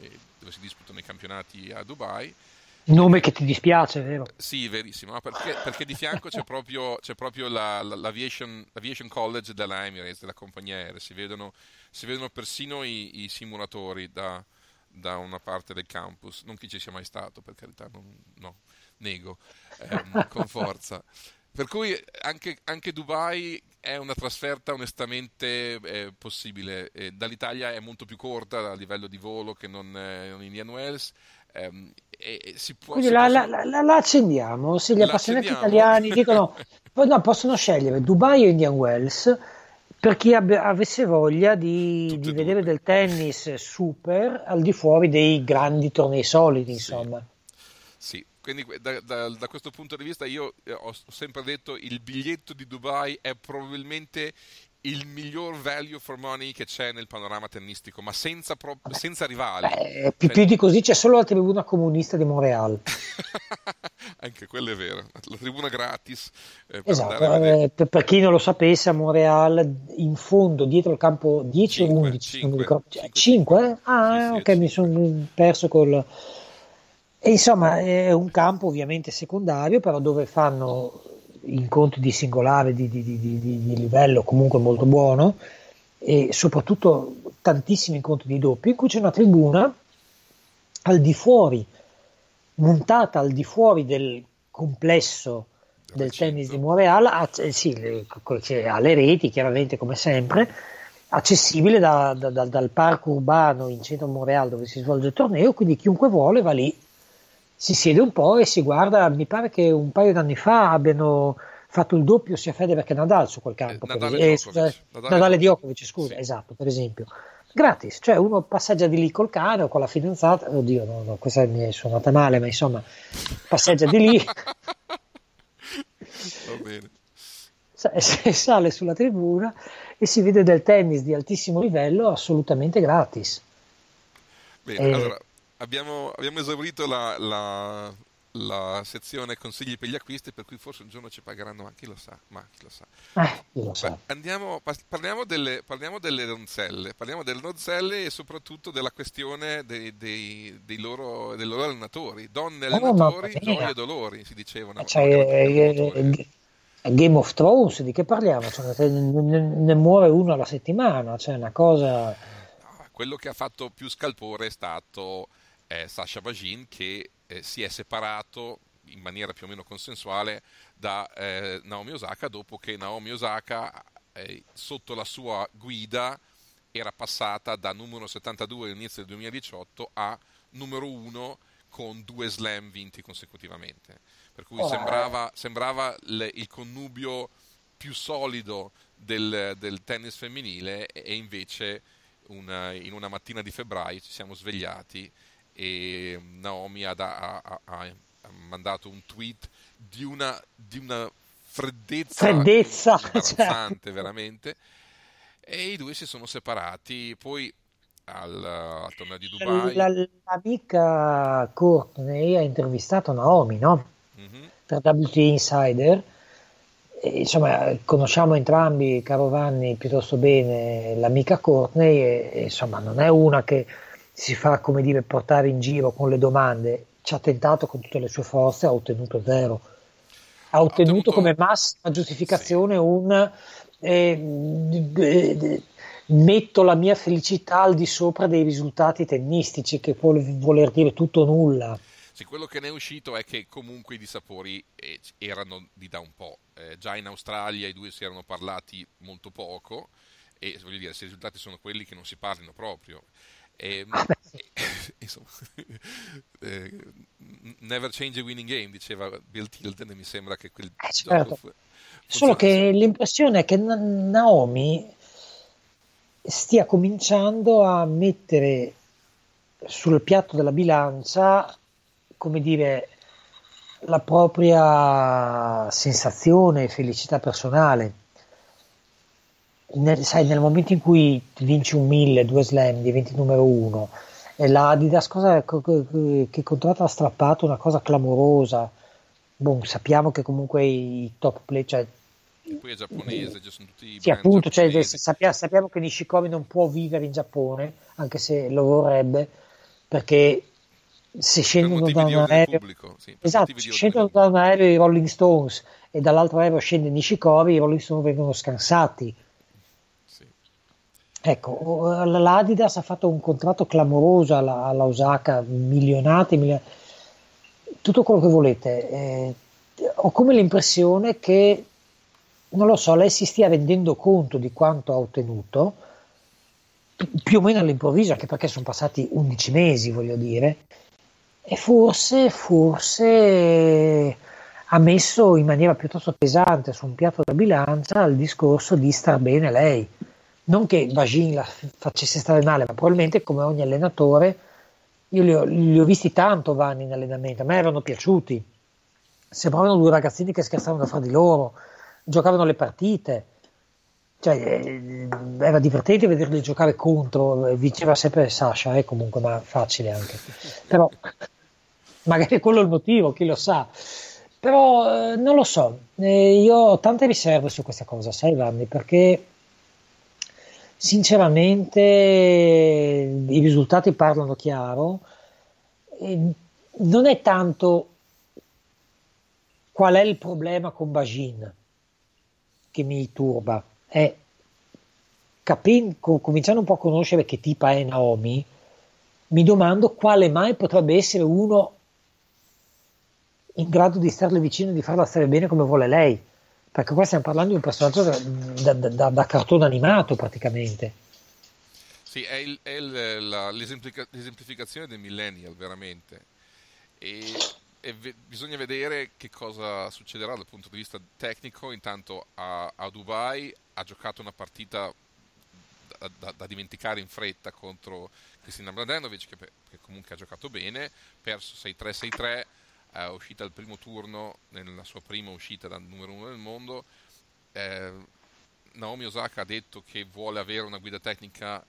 campionati a Dubai. Nome che ti dispiace, vero? Sì, verissimo, no? Perché di fianco c'è proprio l'Aviation College della Emirates, della compagnia aerea. Si vedono persino i simulatori da una parte del campus. Non che ci sia mai stato, per carità, no, nego, con forza. Per cui anche Dubai è una trasferta onestamente possibile. Dall'Italia è molto più corta a livello di volo che non Indian Wells. Quindi la accendiamo. Se gli appassionati italiani dicono no, possono scegliere Dubai o Indian Wells, per chi avesse voglia di vedere del tennis super al di fuori dei grandi tornei solidi, insomma. Sì. Quindi da questo punto di vista io ho sempre detto il biglietto di Dubai è probabilmente il miglior value for money che c'è nel panorama tennistico, ma senza rivali. Più di così c'è solo la tribuna comunista di Montreal. Anche quello è vero, la tribuna gratis per Esatto, andare a vedere. per chi non lo sapesse, a Montreal in fondo dietro il campo 10 o 5, 11, non mi 5, ricordo, 5, 5? sì, Ah, sì, è ok, mi 5. sono perso col... E insomma, è un campo ovviamente secondario, però dove fanno incontri di singolare di livello comunque molto buono e soprattutto tantissimi incontri di doppio, in cui c'è una tribuna al di fuori, montata al di fuori del complesso del tennis di Recinto. Montreal, sì, ha le reti chiaramente come sempre, accessibile dal parco urbano in centro a Montreal dove si svolge il torneo, quindi chiunque vuole va lì, si siede un po' e si guarda. Mi pare che un paio d'anni fa abbiano fatto il doppio sia Federer che Nadal su quel campo, per Nadal e esempio. Djokovic. Nadal e Nadal e Djokovic. Djokovic, scusa, Sì. esatto, per esempio. Gratis, cioè uno passeggia di lì col cane o con la fidanzata, oddio, no, questa mi è suonata male, ma insomma, passeggia di lì, Va bene. sale sulla tribuna e si vede del tennis di altissimo livello assolutamente gratis. Bene, allora abbiamo esaurito la sezione consigli per gli acquisti, per cui forse un giorno ci pagheranno anche, chi lo sa, ma chi lo sa. Chi lo sa. Parliamo delle donzelle e soprattutto della questione dei loro allenatori. Donne Oh, mamma allenatori, mia. gioie e dolori, si dicevano. Cioè, Anche promotori. Game of Thrones, di che parliamo? Cioè, ne muore uno alla settimana, cioè una cosa... No, quello che ha fatto più scalpore è stato Sasha Vagin, che si è separato in maniera più o meno consensuale da Naomi Osaka, dopo che Naomi Osaka sotto la sua guida era passata da numero 72 all'inizio del 2018 a numero 1 con 2 slam vinti consecutivamente, per cui sembrava il connubio più solido del tennis femminile, e invece in una mattina di febbraio ci siamo svegliati e Naomi ha mandato un tweet di una freddezza imbarazzante, certo. veramente, e i due si sono separati. Poi al torneo di Dubai. L'amica Courtney ha intervistato Naomi, no? Mhm. Per WTA Insider. E, insomma, conosciamo entrambi, caro Vanni, piuttosto bene l'amica Courtney e insomma non è una che si fa, come dire, portare in giro con le domande. Ci ha tentato con tutte le sue forze, ha ottenuto zero. Ha ottenuto come massima giustificazione metto la mia felicità al di sopra dei risultati tennistici, che può voler dire tutto o nulla. Sì, quello che ne è uscito è che comunque i dissapori erano di da un po'. Già in Australia i due si erano parlati molto poco, e voglio dire, se i risultati sono quelli, che non si parlino proprio. Insomma, never change a winning game, diceva Bill Tilden, e mi sembra che quel gioco Certo. Solo che l'impressione è che Naomi stia cominciando a mettere sul piatto della bilancia, come dire, la propria sensazione e felicità personale. Sai, nel momento in cui vinci un 1000, 2 slam, diventi numero 1, e la Adidas che contratto ha strappato, una cosa clamorosa. Boh, sappiamo che comunque i top play, cioè, e poi è giapponese, sono tutti sì, brand appunto, cioè, giapponesi. sappiamo che Nishikomi non può vivere in Giappone, anche se lo vorrebbe, perché se scendono da un aereo, pubblico, sì, esatto, se scendono da un aereo i Rolling Stones e dall'altro aereo scende Nishikomi, i Rolling Stones vengono scansati. Sì. Ecco, l'Adidas ha fatto un contratto clamoroso alla Osaka, milionati, tutto quello che volete. Ho come l'impressione che, non lo so, lei si stia rendendo conto di quanto ha ottenuto, più o meno all'improvviso, anche perché sono passati 11 mesi, voglio dire, e forse ha messo in maniera piuttosto pesante su un piatto da bilancia il discorso di star bene lei. Non che Vagin la facesse stare male, ma probabilmente, come ogni allenatore, io li ho visti tanto Vanni in allenamento, a me erano piaciuti, sembravano due ragazzini che scherzavano fra di loro, giocavano le partite, cioè era divertente vederli giocare contro, vinceva sempre Sasha, comunque, ma facile anche, però magari quello è il motivo, chi lo sa. Però non lo so, io ho tante riserve su questa cosa, sai Vanni, perché sinceramente i risultati parlano chiaro, e non è tanto qual è il problema con Bajin che mi turba, è cominciando un po' a conoscere che tipa è Naomi, mi domando quale mai potrebbe essere uno in grado di starle vicino e di farla stare bene come vuole lei, perché qua stiamo parlando di un personaggio da cartone animato praticamente. Sì, l'esemplificazione del millennial veramente, bisogna vedere che cosa succederà dal punto di vista tecnico. Intanto a Dubai ha giocato una partita da dimenticare in fretta contro Kristina Mladenovic, che comunque ha giocato bene, perso 6-3, 6-3, è uscita al primo turno nella sua prima uscita da numero uno del mondo. Naomi Osaka ha detto che vuole avere una guida tecnica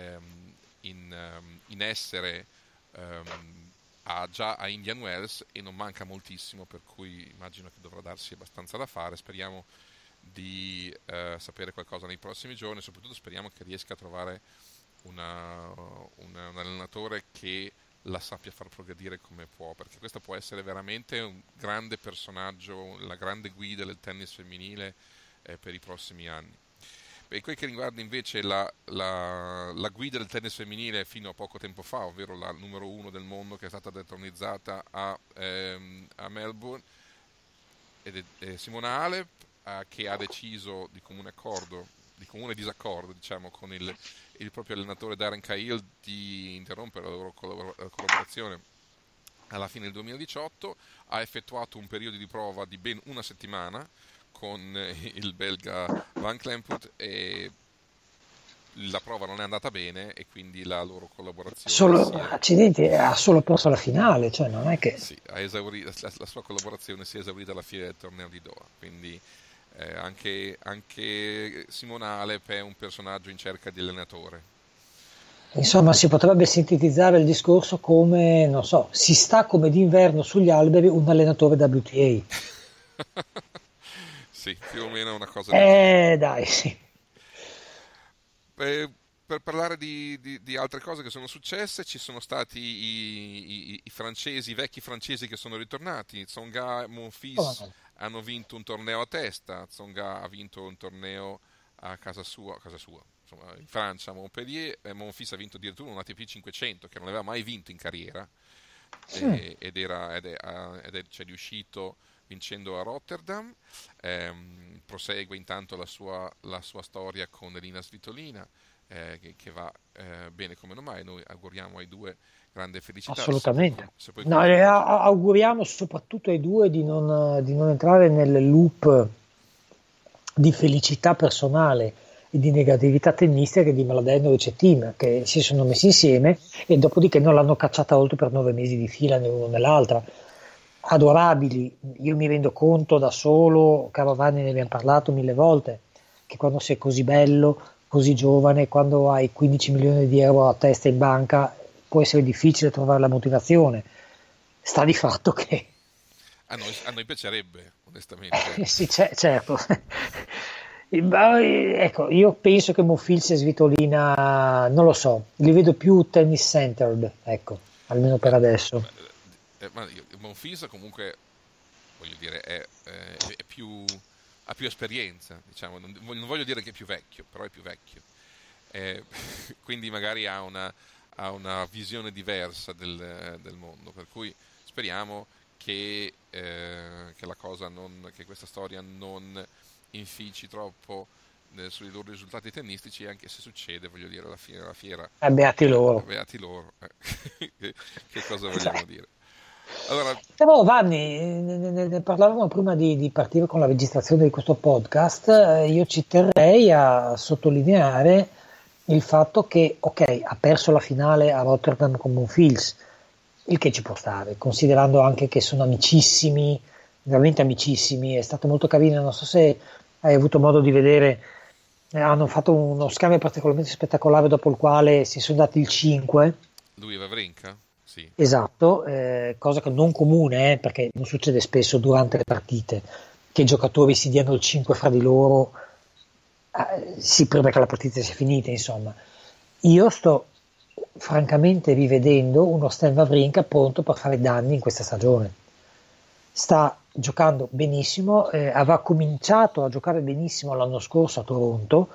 in essere già a Indian Wells, e non manca moltissimo, per cui immagino che dovrà darsi abbastanza da fare. Speriamo di sapere qualcosa nei prossimi giorni, soprattutto speriamo che riesca a trovare un allenatore che la sappia far progredire come può, perché questo può essere veramente un grande personaggio, la grande guida del tennis femminile per i prossimi anni. Per quel che riguarda invece la guida del tennis femminile fino a poco tempo fa, ovvero la numero uno del mondo che è stata detronizzata a Melbourne, ed è Simona Halep, che ha deciso di comune disaccordo, diciamo, con il proprio allenatore Darren Cahill di interrompere la loro collaborazione alla fine del 2018. Ha effettuato un periodo di prova di ben una settimana con il belga Van Klemput, e la prova non è andata bene, e quindi la loro collaborazione accidenti, ha solo perso la finale, cioè non è che la sua collaborazione si è esaurita alla fine del torneo di Doha, quindi anche Simona Halep è un personaggio in cerca di allenatore. Insomma, si potrebbe sintetizzare il discorso come, non so, si sta come d'inverno sugli alberi un allenatore WTA. Sì, più o meno una cosa dai, sì. Per parlare di altre cose che sono successe, ci sono stati i francesi, i vecchi francesi che sono ritornati. Tsonga e Monfils hanno vinto un torneo a testa. Tsonga ha vinto un torneo a casa sua, insomma, in Francia, a Montpellier, e Monfils ha vinto addirittura un ATP 500 che non aveva mai vinto in carriera, ed è riuscito vincendo a Rotterdam. Prosegue intanto la sua storia con Elina Svitolina, che va bene come non mai. Noi auguriamo ai due grande felicità. Assolutamente. Auguriamo soprattutto ai due di non entrare nel loop di felicità personale e di negatività tennistica di Mladenovic e Thiem, che si sono messi insieme e dopodiché non l'hanno cacciata oltre per 9 mesi di fila né uno né l'altra. Adorabili, io mi rendo conto da solo, caro Vanni, ne abbiamo parlato 1000 volte, che quando sei così bello, così giovane, quando hai 15 milioni di euro a testa in banca, può essere difficile trovare la motivazione. Sta di fatto che a noi piacerebbe, onestamente. Sì, certo. Ecco, io penso che Monfils e Svitolina, non lo so, li vedo più tennis centered, ecco, almeno per adesso. Monfils comunque, voglio dire, ha più esperienza, diciamo. Non voglio dire che è più vecchio, però è più vecchio, quindi magari ha una visione diversa del mondo, per cui speriamo che che questa storia non infici troppo sui loro risultati tennistici, anche se succede, voglio dire, alla fine della fiera. Beati loro. Beati loro. Che cosa vogliamo dire? Allora, però Vanni, ne parlavamo prima di partire con la registrazione di questo podcast. Io ci terrei a sottolineare il fatto che, ok, ha perso la finale a Rotterdam con Monfils, il che ci può stare, considerando anche che sono amicissimi, veramente amicissimi. È stato molto carino, non so se hai avuto modo di vedere, hanno fatto uno scambio particolarmente spettacolare dopo il quale si sono dati il 5. Lui e Wawrinka? Sì. Esatto, cosa che non comune, perché non succede spesso durante le partite, che i giocatori si diano il 5 fra di loro, sì, prima che la partita sia finita, insomma. Io sto francamente rivedendo uno Stan Wawrinka pronto per fare danni in questa stagione. Sta giocando benissimo, aveva cominciato a giocare benissimo l'anno scorso a Toronto,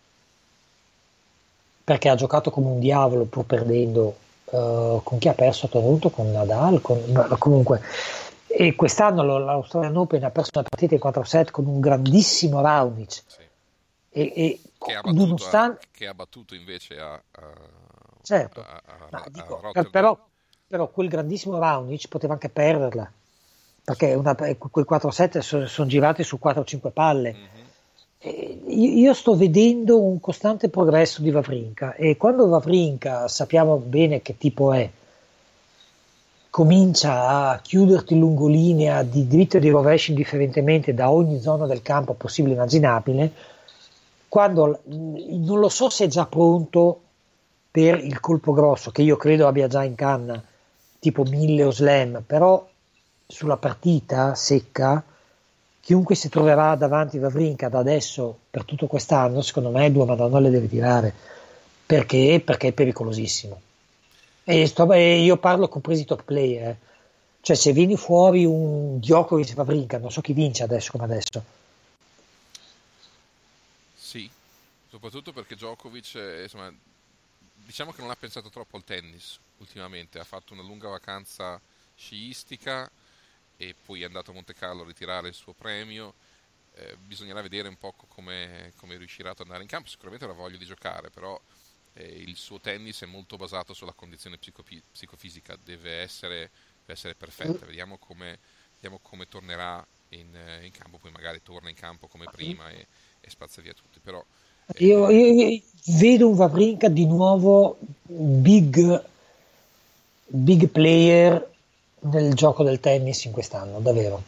perché ha giocato come un diavolo pur perdendo. Con chi ha perso a Toronto? Con Nadal, comunque. E quest'anno l'Australian Open ha perso una partita in 4 set con un grandissimo Raonic. Sì. E Che ha battuto invece certo, a ma dico, Rotterdam. però quel grandissimo Raonic poteva anche perderla, perché quei 4 set sono girati su 4-5 palle. Mm-hmm. Io sto vedendo un costante progresso di Wawrinka, e quando Wawrinka, sappiamo bene che tipo è, comincia a chiuderti lungolinea di dritto e di rovescio indifferentemente da ogni zona del campo possibile e immaginabile, quando non lo so se è già pronto per il colpo grosso, che io credo abbia già in canna, tipo 1000 o slam, però sulla partita secca, chiunque si troverà davanti Wawrinka da adesso per tutto quest'anno, secondo me 2 Madonna le deve tirare, perché è pericolosissimo. E io parlo compresi i top player, cioè se vieni fuori un Djokovic Wawrinka, non so chi vince adesso come adesso. Sì, soprattutto perché Djokovic, insomma, diciamo che non ha pensato troppo al tennis ultimamente, ha fatto una lunga vacanza sciistica e poi è andato a Monte Carlo a ritirare il suo premio. Bisognerà vedere un po' come riuscirà a tornare in campo. Sicuramente avrà voglia di giocare, però il suo tennis è molto basato sulla condizione psicofisica, deve essere perfetta. Vediamo come tornerà in campo, poi magari torna in campo come prima e spazza via tutti. Però Io vedo un Wawrinka di nuovo big player nel gioco del tennis in quest'anno, davvero.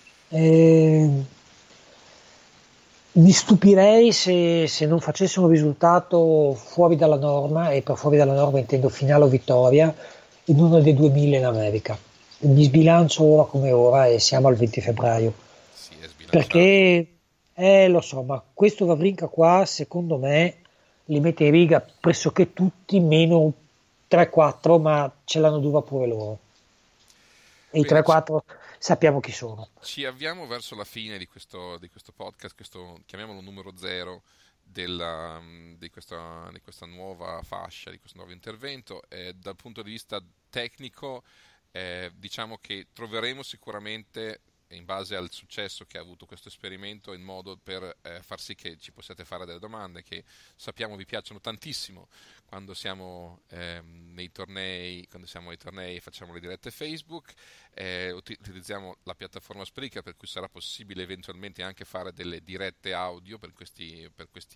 Mi stupirei se non facesse un risultato fuori dalla norma, e per fuori dalla norma intendo finale o vittoria, in uno dei 2000 in America. Mi sbilancio ora come ora e siamo al 20 febbraio. sì, è sbilanciato. Perché, lo so, ma questo Wawrinka qua, secondo me, li mette in riga pressoché tutti, meno 3-4, ma ce l'hanno dura pure loro. E i Bene, 3-4 sappiamo chi sono. ci avviamo verso la fine di questo podcast, chiamiamolo numero 0 di questa nuova fascia, di questo nuovo intervento. Dal punto di vista tecnico, diciamo che troveremo sicuramente, in base al successo che ha avuto questo esperimento, il modo per far sì che ci possiate fare delle domande che sappiamo vi piacciono tantissimo quando siamo nei tornei, e facciamo le dirette Facebook. Utilizziamo la piattaforma Spreaker, per cui sarà possibile eventualmente anche fare delle dirette audio per questi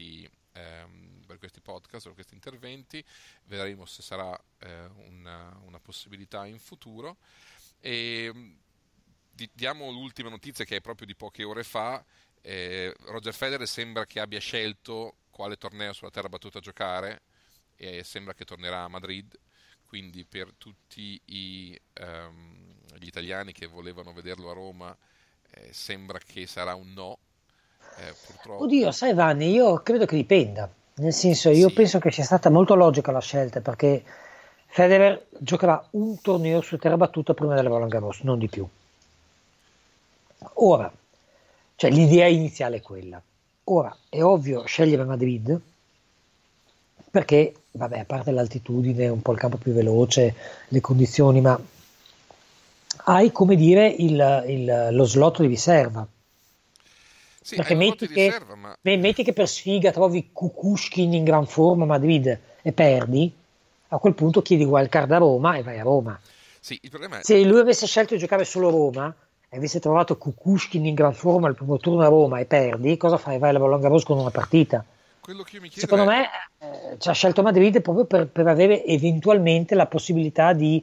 podcast, per questi interventi. Vedremo se sarà una possibilità in futuro. E diamo l'ultima notizia, che è proprio di poche ore fa. Roger Federer sembra che abbia scelto quale torneo sulla terra battuta giocare, e sembra che tornerà a Madrid, quindi per tutti gli italiani che volevano vederlo a Roma, sembra che sarà un no, purtroppo. Oddio, sai Vanni, io credo che dipenda, nel senso, io Sì, penso che sia stata molto logica la scelta, perché Federer giocherà un torneo su terra battuta prima della Roland Garros, non di più. Ora, cioè l'idea iniziale è quella. Ora, è ovvio scegliere Madrid, perché, vabbè, a parte l'altitudine, un po' il campo più veloce, le condizioni, ma hai, come dire, lo slot di riserva. sì, Perché hai un lotte di riserva, ma metti che per sfiga trovi Kukushkin in gran forma a Madrid e perdi, a quel punto chiedi wildcard a Roma e vai a Roma. sì, il problema è Se lui avesse scelto di giocare solo Roma e avesse trovato Kukushkin in gran forma al primo turno a Roma e perdi, cosa fai? Vai alla Roland Garros con una partita. quello che io mi chiedo Secondo è me ci ha scelto Madrid proprio per avere eventualmente la possibilità di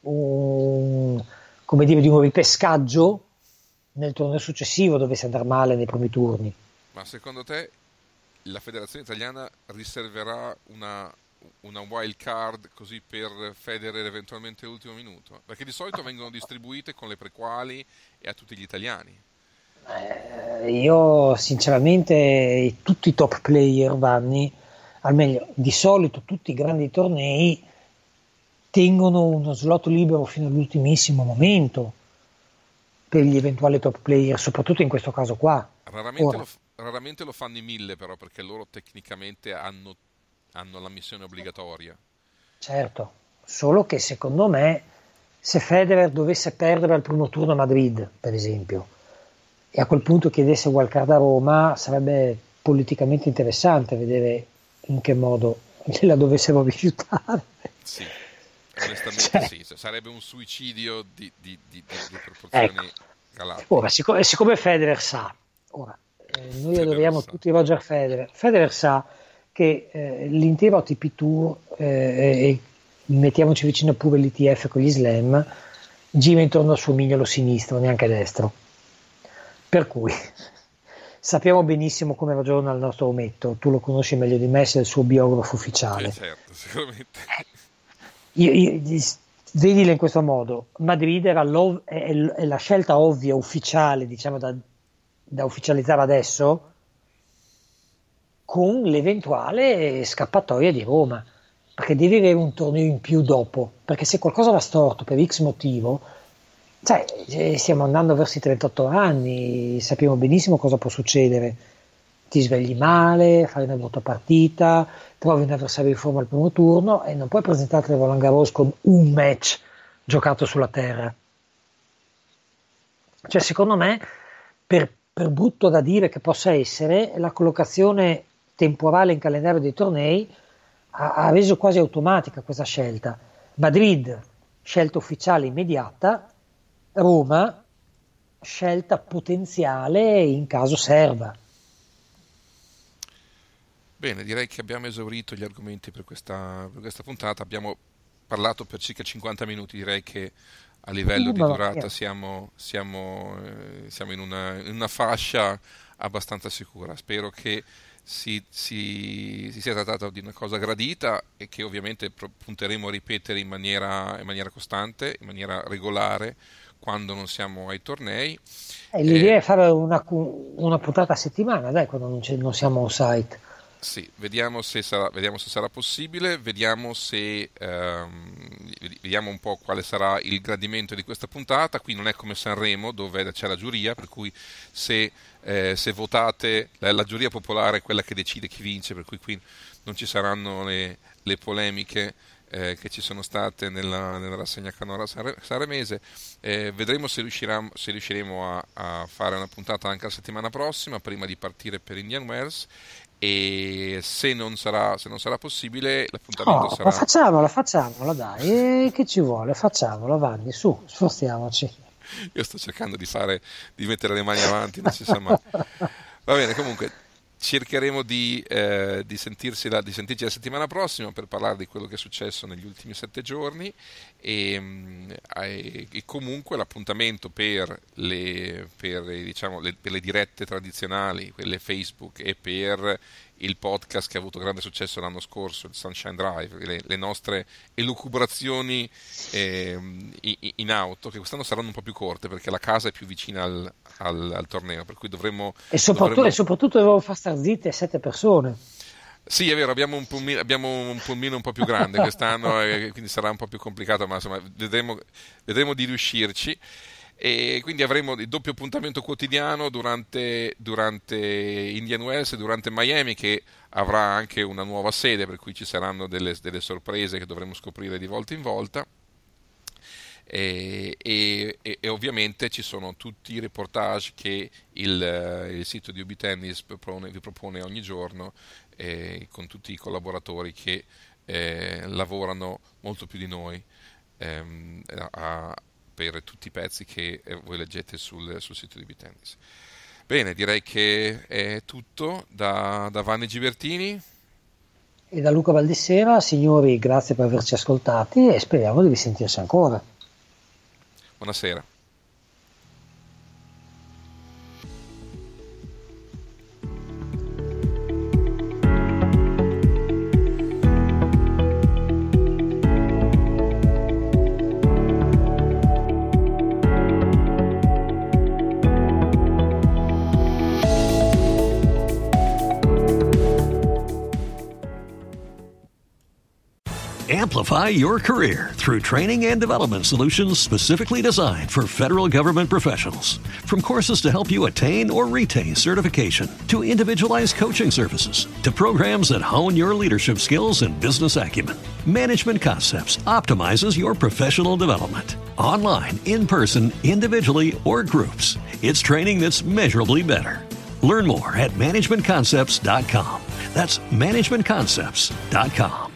come dire, di un ripescaggio nel torneo successivo, dovesse andare male nei primi turni. ma secondo te la federazione italiana riserverà una wild card così per Federer eventualmente all'ultimo minuto? Perché di solito vengono distribuite con le prequali e a tutti gli italiani. Io sinceramente tutti i top player, Vanni, almeno di solito tutti i grandi tornei tengono uno slot libero fino all'ultimissimo momento per gli eventuali top player, soprattutto in questo caso qua. Ora, Raramente lo fanno i 1000 però, perché loro tecnicamente hanno la missione obbligatoria. certo, solo che secondo me se Federer dovesse perdere al primo turno a Madrid, per esempio, e a quel punto chiedesse wildcard a Roma, sarebbe politicamente interessante vedere in che modo gliela dovessero rifiutare. Sì, onestamente Cioè, sì, sarebbe un suicidio di ecco. proporzioni galattiche. Ora, siccome Federer sa, ora, noi Federer adoriamo sa. tutti Roger Federer, Federer sa che l'intero ATP Tour, e mettiamoci vicino pure l'ITF con gli slam, gira intorno al suo mignolo sinistro, neanche destro. Per cui sappiamo benissimo come ragiona il nostro ometto, tu lo conosci meglio di me, sei il suo biografo ufficiale. Certo, sicuramente. Vedila in questo modo, Madrid era è la scelta ovvia, ufficiale, diciamo da ufficializzare adesso, con l'eventuale scappatoia di Roma, perché devi avere un torneo in più dopo, perché se qualcosa va storto per X motivo, sai, stiamo andando verso i 38 anni, sappiamo benissimo cosa può succedere. Ti svegli male, fai una brutta partita, trovi un avversario in forma al primo turno e non puoi presentarti a Roland Garros con un match giocato sulla terra. Cioè, secondo me, per brutto da dire che possa essere, la collocazione temporale in calendario dei tornei ha reso quasi automatica questa scelta. Madrid, scelta ufficiale immediata, Roma, scelta potenziale in caso serva. Bene, direi che abbiamo esaurito gli argomenti per questa puntata. Abbiamo parlato per circa 50 minuti, direi che a livello di durata siamo in una fascia abbastanza sicura. Spero che si sia trattata di una cosa gradita e che ovviamente punteremo a ripetere in maniera costante, in maniera regolare, quando non siamo ai tornei. L'idea è fare una puntata a settimana, dai, quando non siamo on site. Sì, vediamo se sarà possibile, vediamo un po' quale sarà il gradimento di questa puntata. Qui non è come Sanremo dove c'è la giuria, per cui se votate, la giuria popolare è quella che decide chi vince, per cui qui non ci saranno le polemiche che ci sono state nella rassegna canora sanremese. Vedremo se riusciremo a fare una puntata anche la settimana prossima, prima di partire per Indian Wells. E se non sarà possibile, l'appuntamento sarà. Facciamola, dai, che ci vuole? Facciamola, Vanni, su, sforziamoci. Io sto cercando di mettere le mani avanti, non si sa mai. Va bene, comunque cercheremo di sentirci la settimana prossima per parlare di quello che è successo negli ultimi 7 giorni e comunque l'appuntamento per le dirette tradizionali, quelle Facebook, e per il podcast che ha avuto grande successo l'anno scorso, il Sunshine Drive, le nostre elucubrazioni in auto, che quest'anno saranno un po' più corte perché la casa è più vicina al torneo, per cui dovremmo soprattutto dovevo far star zitte 7 persone. Sì, è vero, abbiamo un pulmino un po' più grande quest'anno, quindi sarà un po' più complicato, ma insomma vedremo di riuscirci. E quindi avremo il doppio appuntamento quotidiano durante Indian Wells e durante Miami, che avrà anche una nuova sede, per cui ci saranno delle sorprese che dovremo scoprire di volta in volta. E ovviamente ci sono tutti i reportage che il sito di UB Tennis vi propone ogni giorno, con tutti i collaboratori che lavorano molto più di noi per tutti i pezzi che voi leggete sul sito di UB Tennis. Bene, direi che è tutto da Vanni Gibertini e da Luca Valdissera. Signori, grazie per averci ascoltati e speriamo di risentirci ancora. Buonasera. Amplify your career through training and development solutions specifically designed for federal government professionals. From courses to help you attain or retain certification, to individualized coaching services, to programs that hone your leadership skills and business acumen, Management Concepts optimizes your professional development. Online, in person, individually, or groups, it's training that's measurably better. Learn more at managementconcepts.com. That's managementconcepts.com.